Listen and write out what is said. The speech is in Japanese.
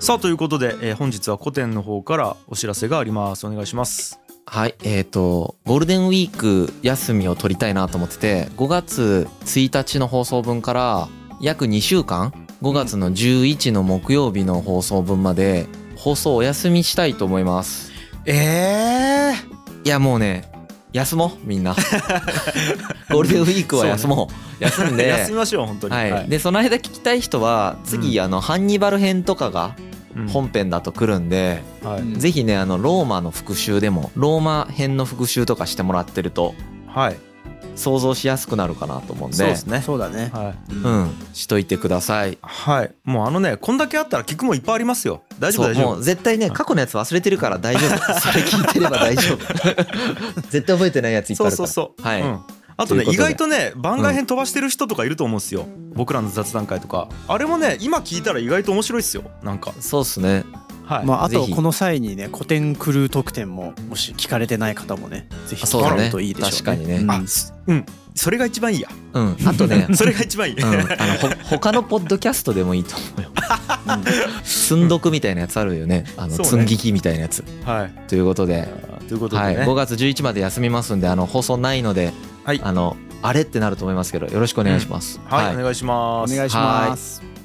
さあということで、本日は古典の方からお知らせがあります。お願いします。 はい、ゴールデンウィーク休みを取りたいなと思ってて、5月1日の放送分から約2週間、5月の11の木曜日の放送分まで放送お休みしたいと思います。いやもうね、休もうみんなゴールデンウィークは休もう、休んで休みましょう本当に。 はい、でその間聞きたい人は次、ハンニバル編とかが本編だと来るんで、ぜひねローマの復習でもローマ編の復習とかしてもらってると想像しやすくなるかなと思うんで、 そうですね、 そうだね、 しといてください。 はい、もうこんだけあったら聞くもんいっぱいありますよ。大丈夫大丈夫、 もう絶対ね過去のやつ忘れてるから大丈夫それ聞いてれば大丈夫絶対覚えてないやついっぱいあるから。 そうはい、 あとね意外とね番外編飛ばしてる人とかいると思うんですよ、僕らの雑談会とか。あれもね今聞いたら意外と面白いっすよ。なんかそうっすね。 はい、 あとこの際にね古典クルー特典ももし聞かれてない方もねぜひ聞かれるといいでしょうね。 確かにね、 それが一番いいや。 あとねそれが一番いい、 他のポッドキャストでもいいと思うよ積んどくみたいなやつあるよね、積んぎきみたいなやつ。 はい、 ということで、5月11まで休みますんで放送ないので、あれってなると思いますけどよろしくお願いします。 はい、お願いします。 お願いします。